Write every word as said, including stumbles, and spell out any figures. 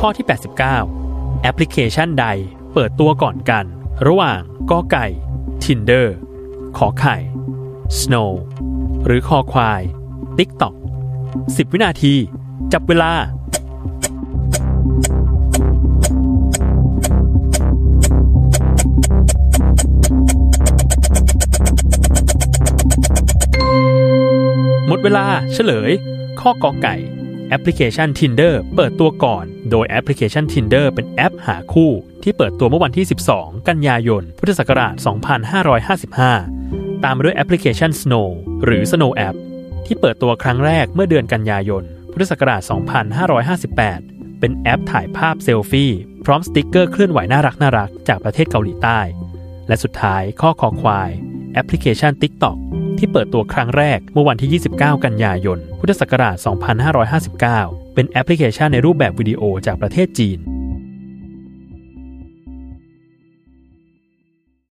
ข้อที่แปดสิบเก้าแอปพลิเคชันใดเปิดตัวก่อนกันระหว่างกอไก่ Tinder ขอไข่ Snow หรือคอควาย TikTok สิบวินาทีจับเวลาหมดเวลาเฉลยข้อกอไก่แอปพลิเคชัน Tinder เปิดตัวก่อนโดยแอปพลิเคชัน Tinder เป็นแอปหาคู่ที่เปิดตัวเมื่อวันที่สิบสองกันยายนพุทธศักราชสองพันห้าร้อยห้าสิบห้าตามมาด้วยแอปพลิเคชัน Snow หรือ Snow App ที่เปิดตัวครั้งแรกเมื่อเดือนกันยายนพุทธศักราชสองพันห้าร้อยห้าสิบแปดเป็นแอปถ่ายภาพเซลฟี่พร้อมสติ๊กเกอร์เคลื่อนไหวน่ารักน่ารักจากประเทศเกาหลีใต้และสุดท้ายข้อคอควายแอปพลิเคชัน TikTok ที่เปิดตัวครั้งแรกเมื่อวันที่ยี่สิบเก้ากันยายนพุทธศักราชสองพันห้าร้อยห้าสิบเก้าเป็นแอปพลิเคชันในรูปแบบวิดีโอจากประเทศจีน